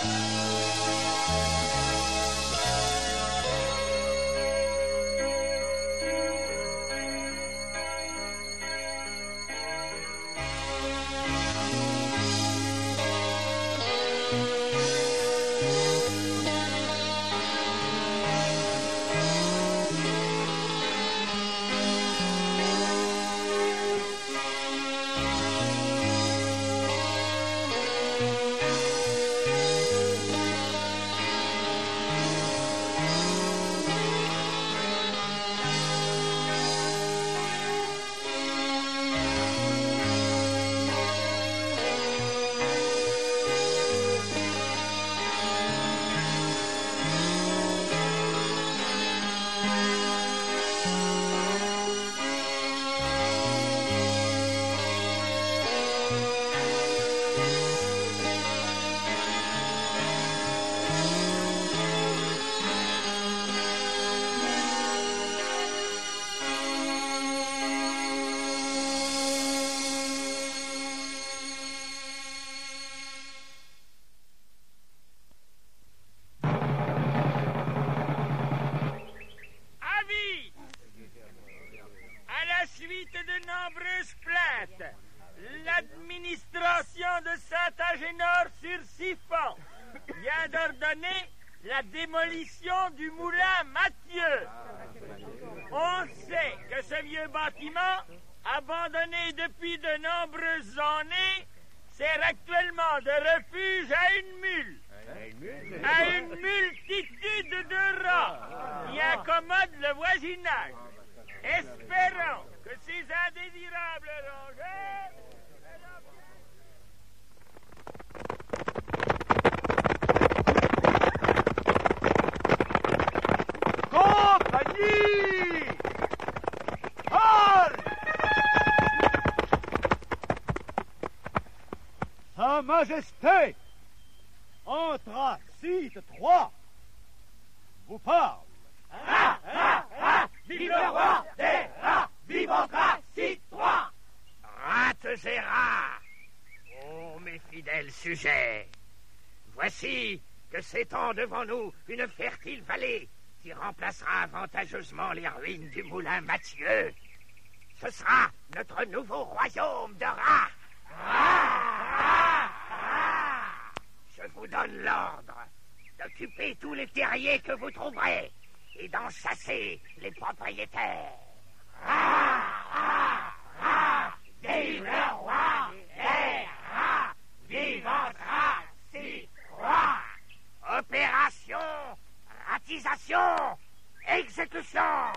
L'administration de Saint-Agénor-sur-Siphon vient d'ordonner la démolition du moulin Mathieu. On sait que ce vieux bâtiment, abandonné depuis de nombreuses années, sert actuellement de refuge à une mule. À une multitude de rats qui incommodent le voisinage. Espérons que ces indésirables rongeurs... Compagnie! Halte! Sa Majesté, entre site 3, vous parle. Vive le roi des rats! Vive Anthracis 3! Rates et rats! Oh, mes fidèles sujets! Voici que s'étend devant nous une fertile vallée qui remplacera avantageusement les ruines du moulin Mathieu. Ce sera notre nouveau royaume de rats. Je vous donne l'ordre d'occuper tous les terriers que vous trouverez et d'en chasser les propriétaires. Vive le roi des rats! Vive Anthracis 3! Opération, ratisation, exécution!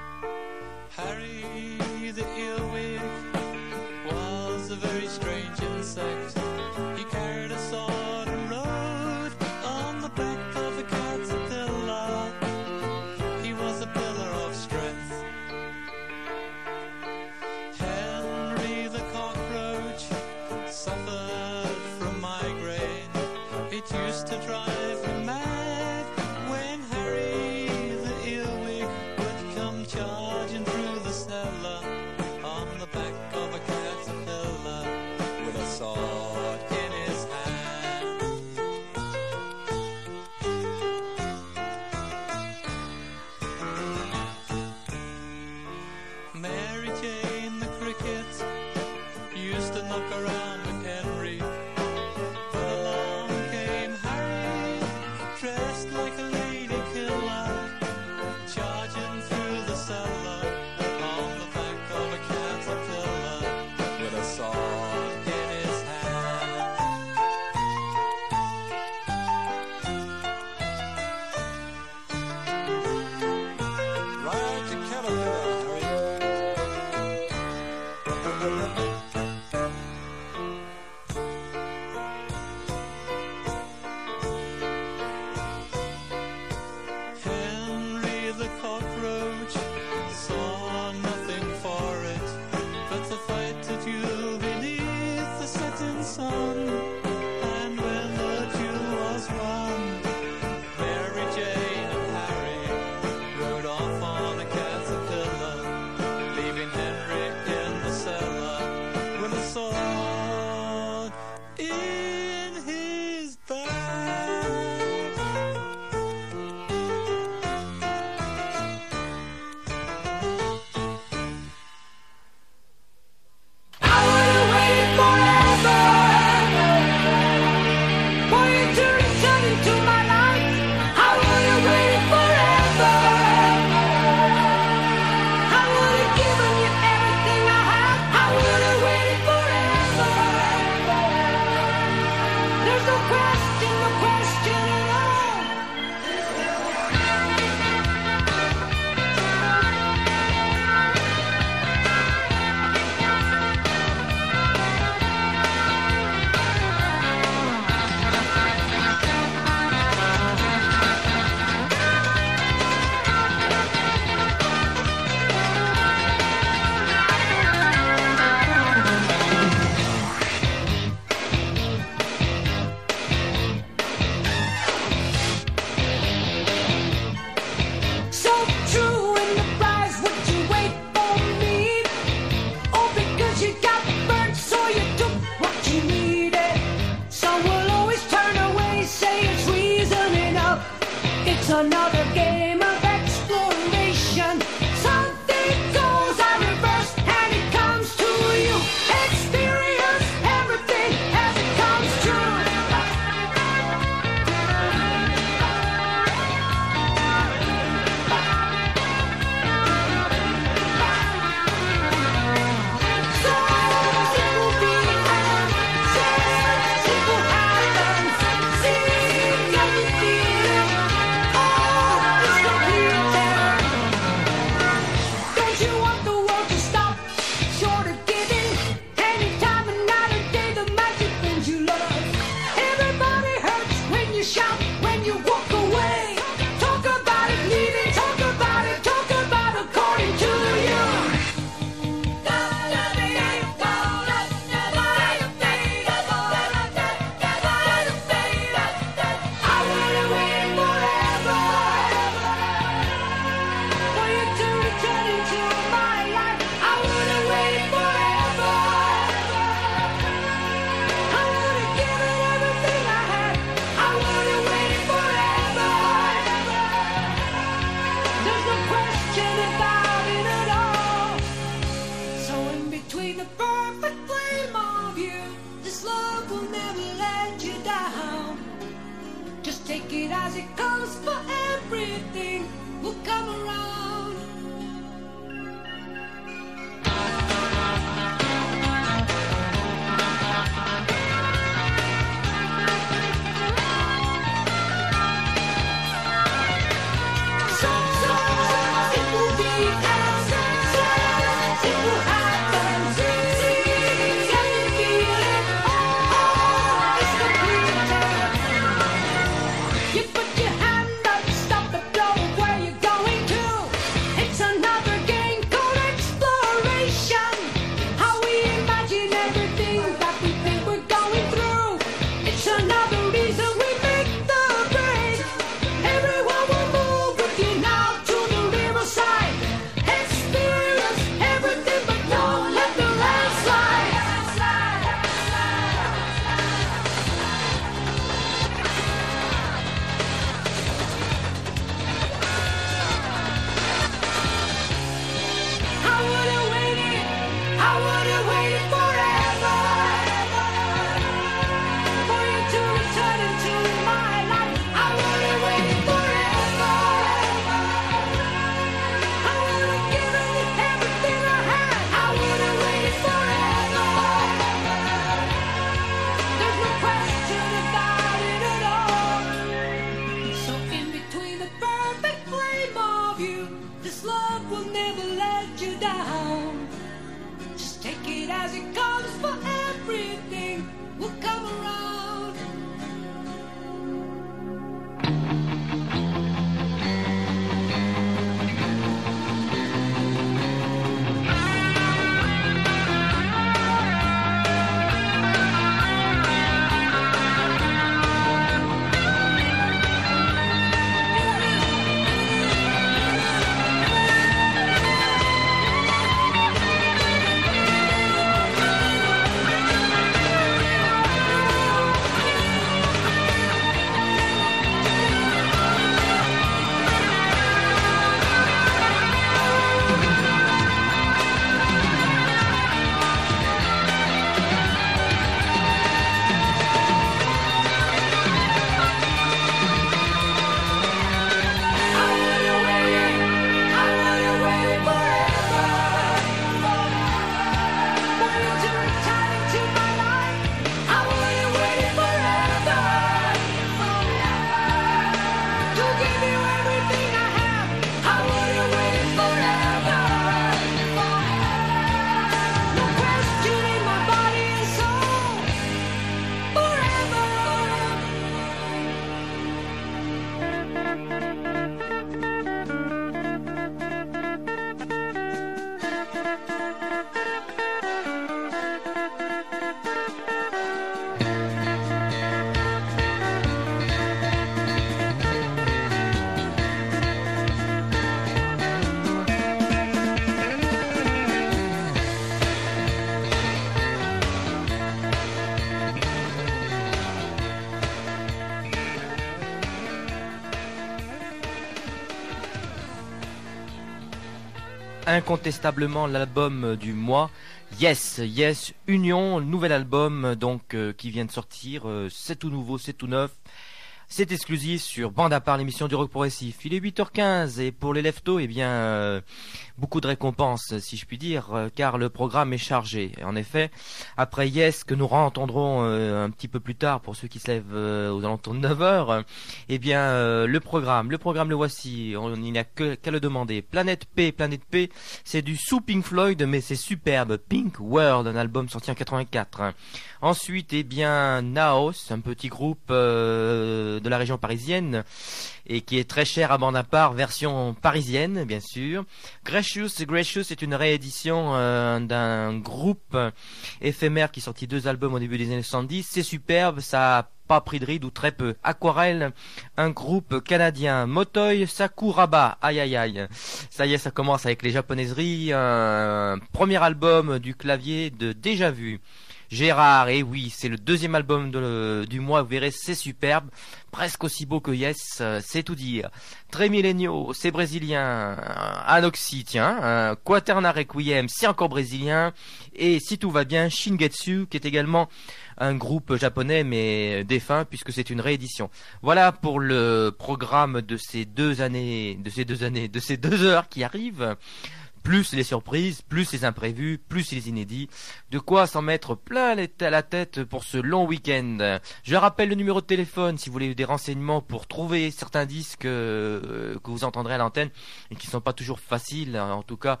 incontestablement l'album du mois. Yes, Yes, Union, nouvel album donc qui vient de sortir. C'est tout nouveau, c'est tout neuf. C'est exclusif sur Bande à part, l'émission du rock progressif. Il est 8h15 et pour les leftos, eh bien, beaucoup de récompenses, si je puis dire, car le programme est chargé. En effet, après Yes, que nous entendrons un petit peu plus tard pour ceux qui se lèvent aux alentours de 9h, eh bien, le programme le voici, il n'y a qu'à le demander. Planète P, c'est du sous Pink Floyd, mais c'est superbe. Pink World, un album sorti en 84. Ensuite, eh bien, Naos, un petit groupe de la région parisienne et qui est très cher à Bande à part, version parisienne, bien sûr. Gracious est une réédition d'un groupe éphémère qui sortit 2 albums au début des années 70. C'est superbe, ça a pas pris de ride ou très peu. Aquarelle, un groupe canadien. Motoi Sakuraba, aïe aïe aïe. Ça y est, ça commence avec les japonaiseries. Un premier album du clavier de Déjà Vu. Gérard, et oui, c'est le 2e album du mois, vous verrez, c'est superbe, presque aussi beau que Yes, c'est tout dire. Très Millenniaux, c'est brésilien. Anoxy, tiens, Quaterna Requiem, c'est encore brésilien, et si tout va bien, Shingetsu, qui est également un groupe japonais mais défunt puisque c'est une réédition. Voilà pour le programme de ces 2 heures qui arrivent. Plus les surprises, plus les imprévus, plus les inédits. De quoi s'en mettre plein la tête pour ce long week-end. Je rappelle le numéro de téléphone si vous voulez des renseignements pour trouver certains disques que vous entendrez à l'antenne et qui ne sont pas toujours faciles. En tout cas,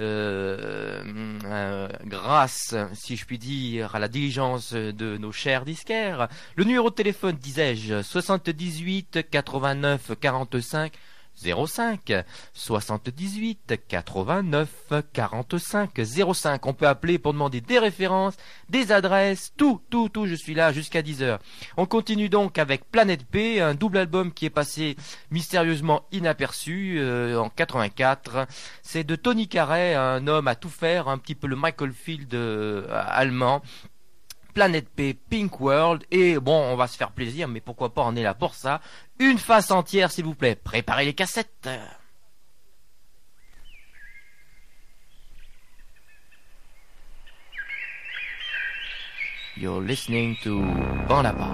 grâce, si je puis dire, à la diligence de nos chers disquaires. Le numéro de téléphone, disais-je, 78 89 45 05 78 89 45 05. On peut appeler pour demander des références, des adresses, tout, je suis là jusqu'à 10h. On continue donc avec Planète P, un double album qui est passé mystérieusement inaperçu en 84. C'est de Tony Carey, un homme à tout faire, un petit peu le Michael Field allemand. Planète P, Pink World, et bon, on va se faire plaisir, mais pourquoi pas, on est là pour ça. Une face entière, s'il vous plaît. Préparez les cassettes. You're listening to Bande à part.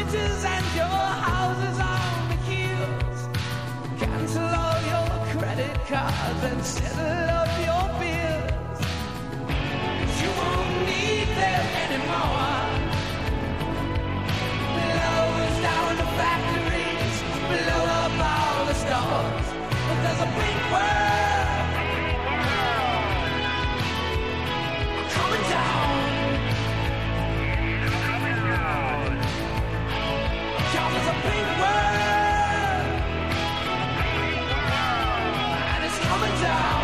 scooters and your houses on the hills. Cancel all your credit cards and settle up your bills. You won't need them anymore. Close down the factories, blow up all the stores. But there's a big world coming down. Yeah, there's a big world and it's coming down.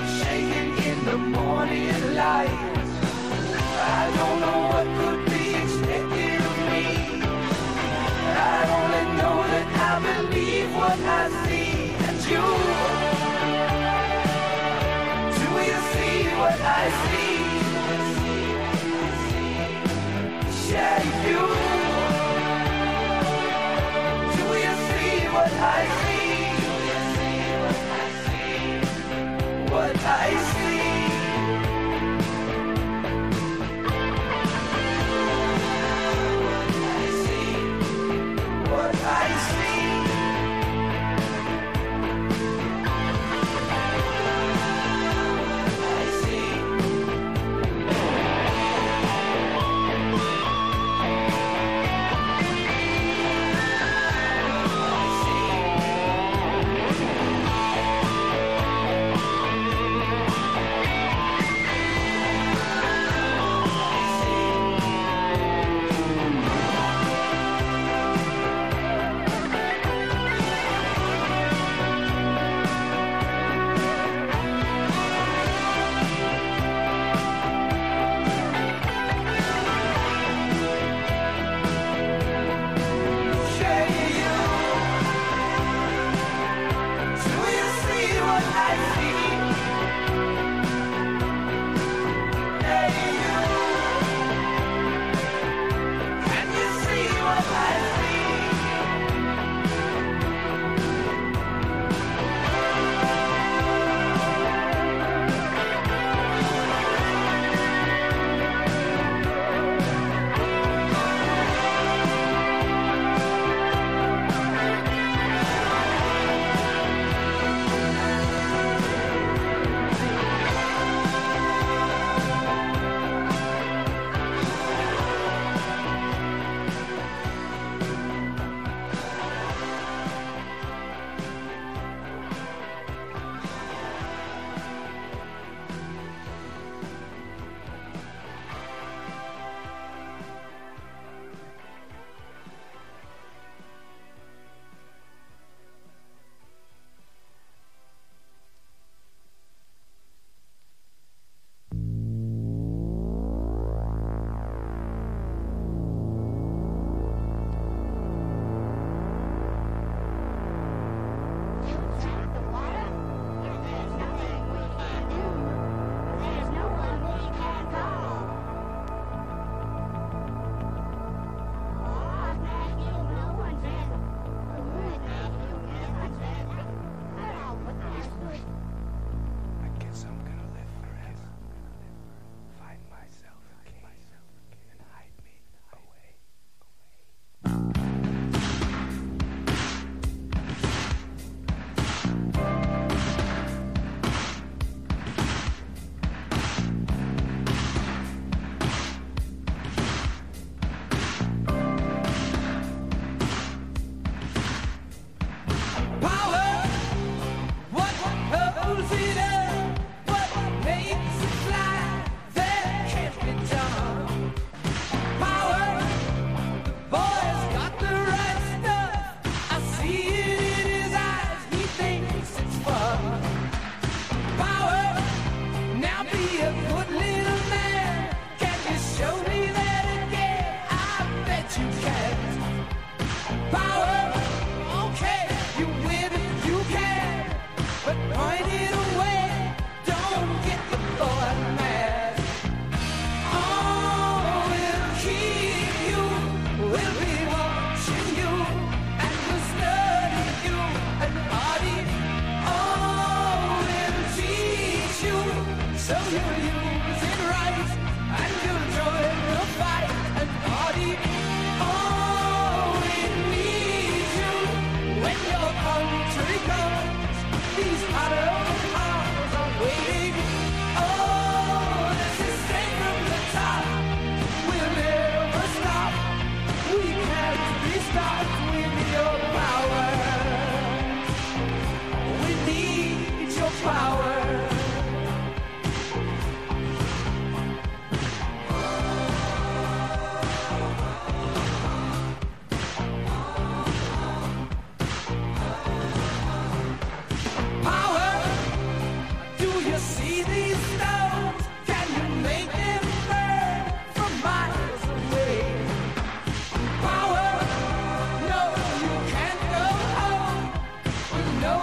but shaking in the morning light. I don't know what could be expected of me. I only know that I believe what I see. And you, do you see what I see? Yeah, you, do you see what I see? What I see. What I see.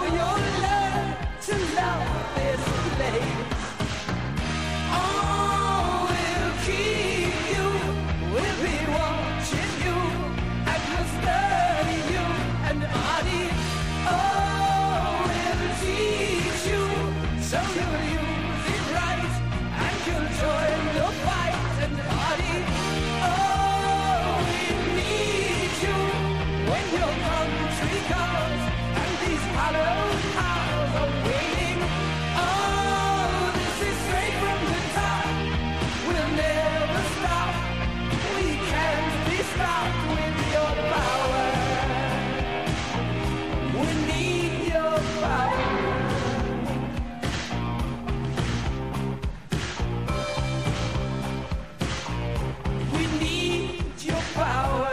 you'll learn to love this place. Oh, we'll keep you, we'll be watching you, and we'll study you and body. Oh, we'll teach you, so you'll use it right, and you'll join the fight and body. Oh, we need you when your country comes, and these hallowed halls are waiting. Oh, this is straight from the top. We'll never stop. We can't be stopped with your power. We need your power. We need your power.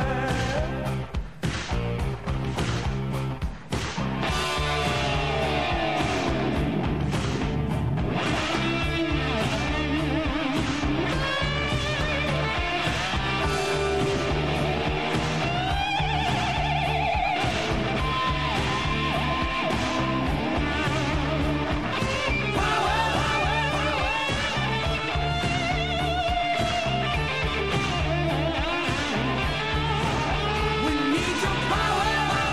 We need your power.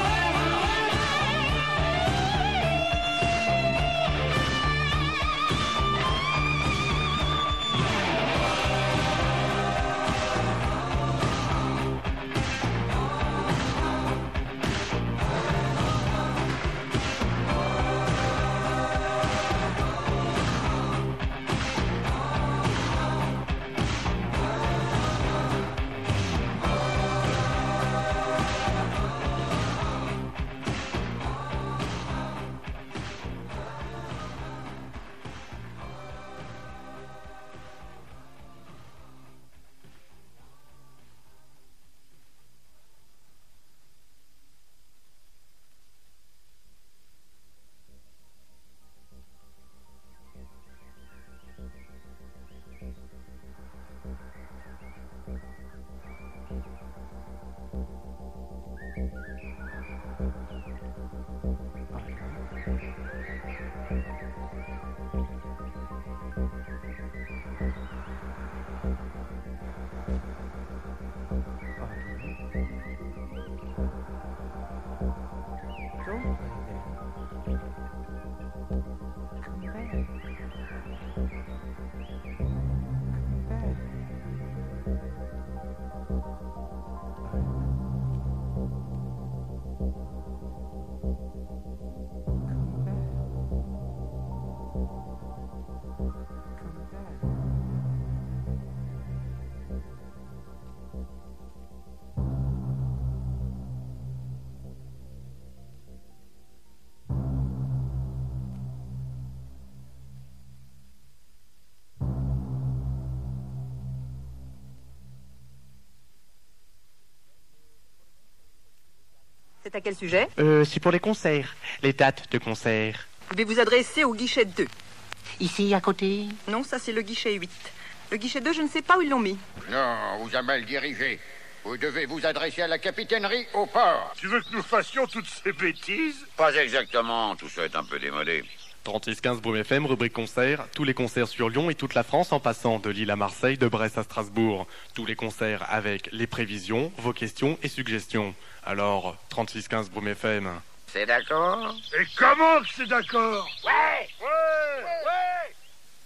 C'est à quel sujet? C'est pour les concerts, les dates de concerts. Vous devez vous adresser au guichet 2. Ici, à côté? Non, ça c'est le guichet 8. Le guichet 2, je ne sais pas où ils l'ont mis. Non, vous avez mal dirigé. Vous devez vous adresser à la capitainerie au port. Tu veux que nous fassions toutes ces bêtises? Pas exactement, tout ça est un peu démodé. 36-15 Brume FM, rubrique concert. Tous les concerts sur Lyon et toute la France en passant de Lille à Marseille, de Brest à Strasbourg. Tous les concerts avec les prévisions, vos questions et suggestions. Alors, 36-15 Brume FM. C'est d'accord? Et comment que c'est d'accord? Ouais! Ouais! Ouais!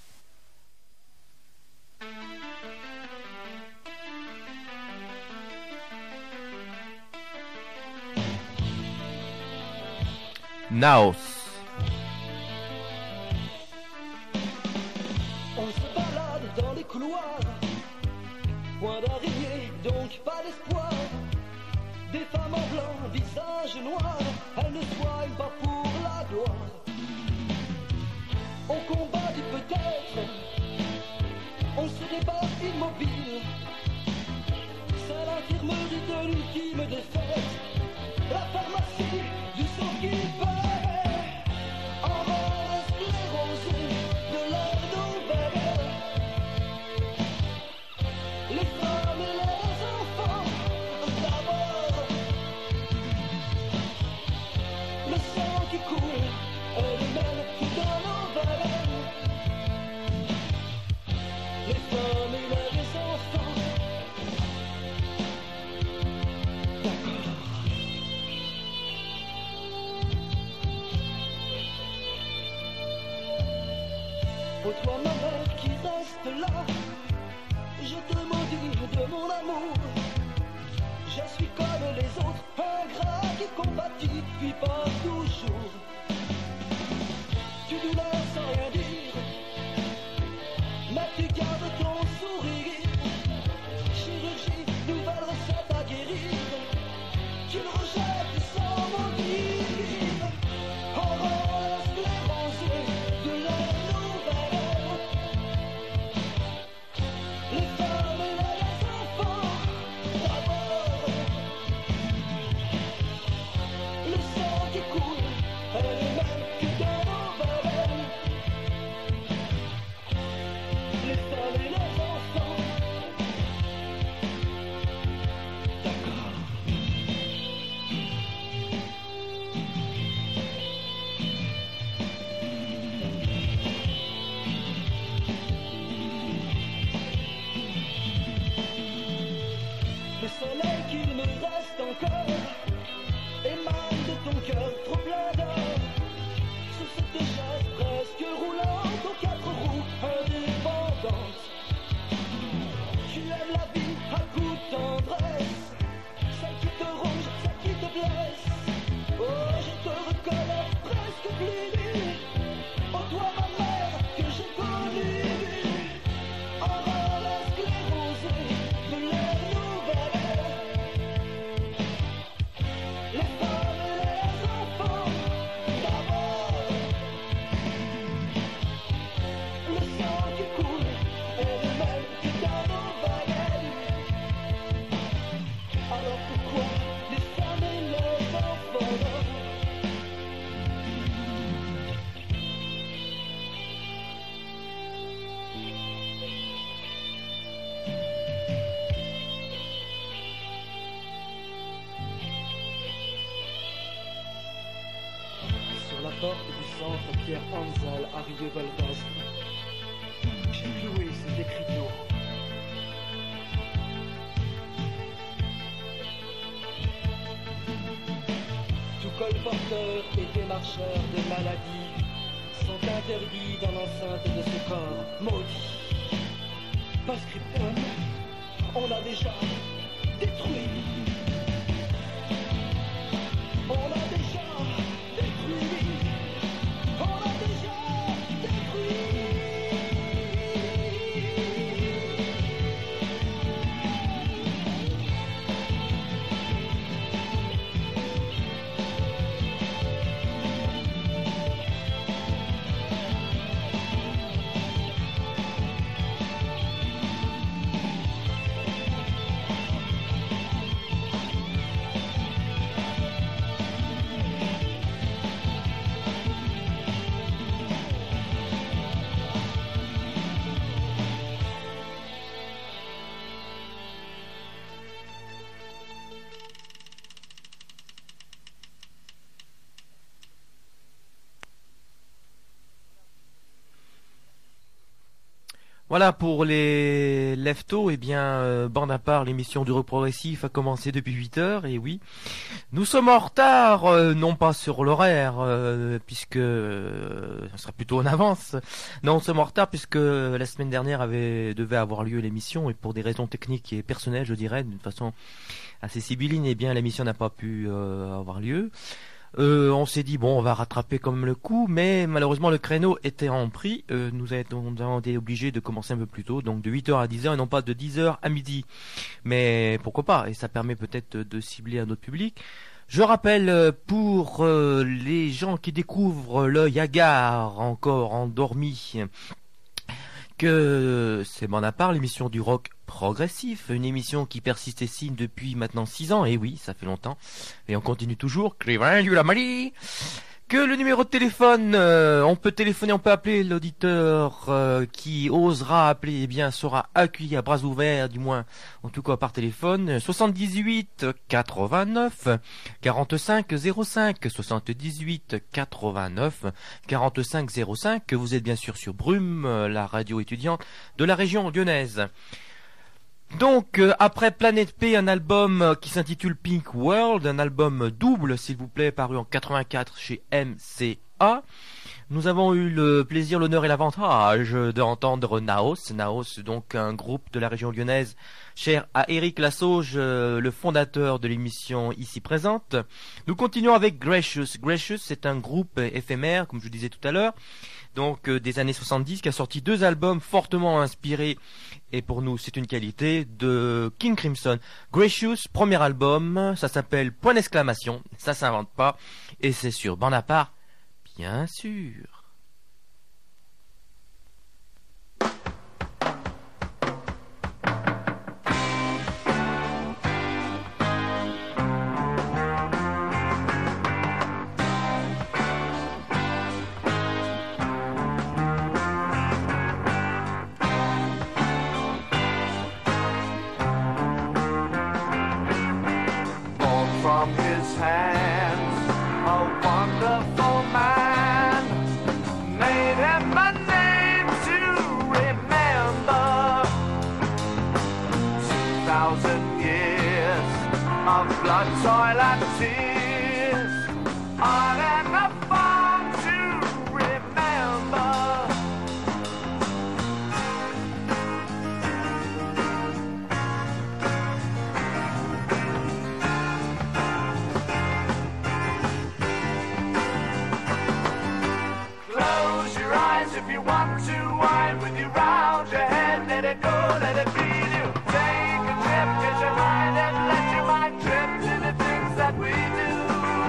Naos. On se balade dans les couloirs, point d'arrivée, donc pas d'espoir. Des femmes en blanc, visage noir, elles ne soignent pas pour la gloire. On combat du peut-être, on se débat immobile. C'est l'infirmerie de l'ultime défaite, la pharmacie du sang qui paie. En mode sclérosé de l'air d'Aubert, les femmes et les enfants d'abord. Le sang qui qui coule est le même que dans nos baleines. Les femmes et les enfants. D'accord. Oh toi ma mère qui reste là, je te maudis de mon amour. Je suis comme les autres, ingrat qui compatit, puis pas toujours. Tu nous laisses sans rien dire, mais tu gardes ton sourire. Chirurgie, nouvelle recette à guérir. Tu le rejettes sans maudire. On reste les rosés de la nouvelle. Les femmes et les enfants, d'abord. Le sang qui coule est le même que dans nos veines. Les femmes et les enfants. D'accord. Le soleil qu'il me reste encore émane de ton cœur trop plein d'or. Sur cette chaise presque roulante aux quatre roues indépendantes. Tu aimes la vie à coups de tendresse, celle qui te ronge, celle qui te blesse. Oh, je te reconnais presque plus nue. Oh, toi ma mère que j'ai connue. En rôle sclérosé de l'air nouvelle. Les femmes et les enfants, d'abord. Le sang qui coule est le même que dans nos veines. Alors pourquoi les femmes et les enfants? Sur la porte du centre Pierre Hansel à Rieux-Val-d'Astre, j'ai cloué ces écriteaux. Tout colporteur et démarcheur de maladies sont interdits dans l'enceinte de ce corps maudit. Post-scriptum, on a déjà détruit. On a déjà détruit. On a déjà détruit. Voilà pour les leftos, eh bien, bande à part, l'émission du rock progressif a commencé depuis 8 heures, et oui, nous sommes en retard, non pas sur l'horaire, puisque ça sera plutôt en avance, non, nous sommes en retard puisque la semaine dernière devait avoir lieu l'émission, et pour des raisons techniques et personnelles, je dirais, d'une façon assez sibylline, eh bien, l'émission n'a pas pu avoir lieu. On s'est dit bon, on va rattraper quand même le coup, mais malheureusement le créneau était en prix. Nous avons été obligés de commencer un peu plus tôt, donc de 8h à 10h et non pas de 10h à midi. Mais pourquoi pas, et ça permet peut-être de cibler un autre public. Je rappelle pour les gens qui découvrent l'œil hagard encore endormi que c'est Bande à part, l'émission du rock progressif, une émission qui persiste et signe depuis maintenant 6 ans, et oui, ça fait longtemps, et on continue toujours, que le numéro de téléphone, on peut téléphoner, on peut appeler l'auditeur qui osera appeler, eh bien, sera accueilli à bras ouverts, du moins, en tout cas par téléphone, 78 89 45 05, 78 89 45 05. Vous êtes bien sûr sur Brume, la radio étudiante de la région lyonnaise. Donc, après Planète P, un album qui s'intitule Pink World, un album double, s'il vous plaît, paru en 84 chez MCA. Nous avons eu le plaisir, l'honneur et l'avantage d'entendre Naos. Naos, donc un groupe de la région lyonnaise, cher à Éric Lassauge, le fondateur de l'émission ici présente. Nous continuons avec Gracious. Gracious, c'est un groupe éphémère, comme je vous disais tout à l'heure, donc des années 70, qui a sorti 2 albums fortement inspirés, et pour nous c'est une qualité, de King Crimson. Gracious, premier album, ça s'appelle Point d'exclamation, ça s'invente pas, et c'est sur Bande à part, bien sûr. From his hands, a wonderful man made him a name to remember. 2,000 years of blood, toil, and tears, all in the farm to remember. If you want to wine with you round your head, let it go, let it be you. Take a trip, get your mind and let your mind trip to the things that we do.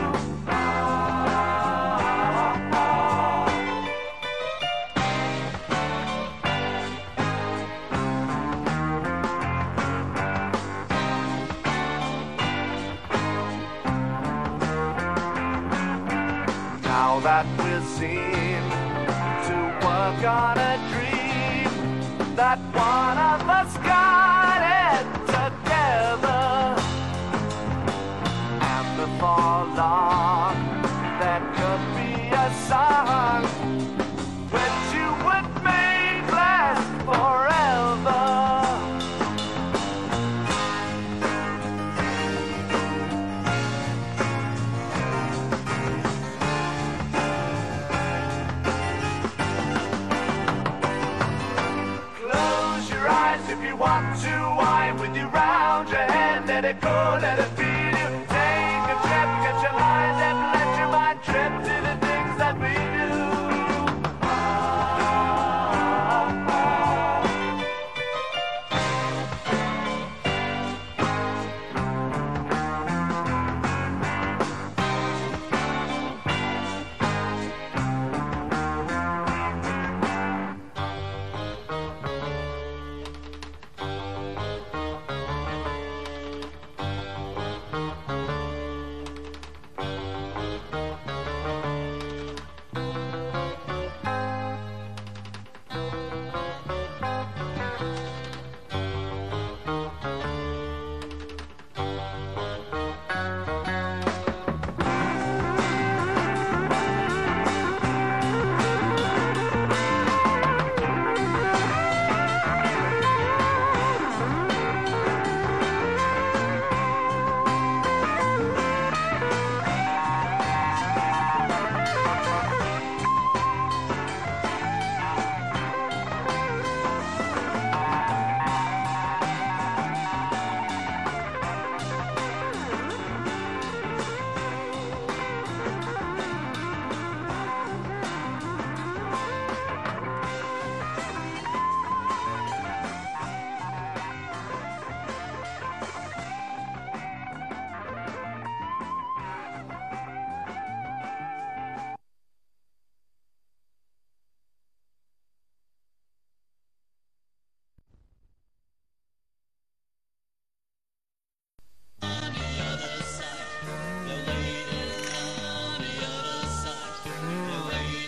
Now that we're seen work on a dream that one of us got it together, and before long there could be a song which you would make last forever. If you want to wine with you round your head, let it go, let it feel you. Take a trip, get your mind and let your mind trip to the things that we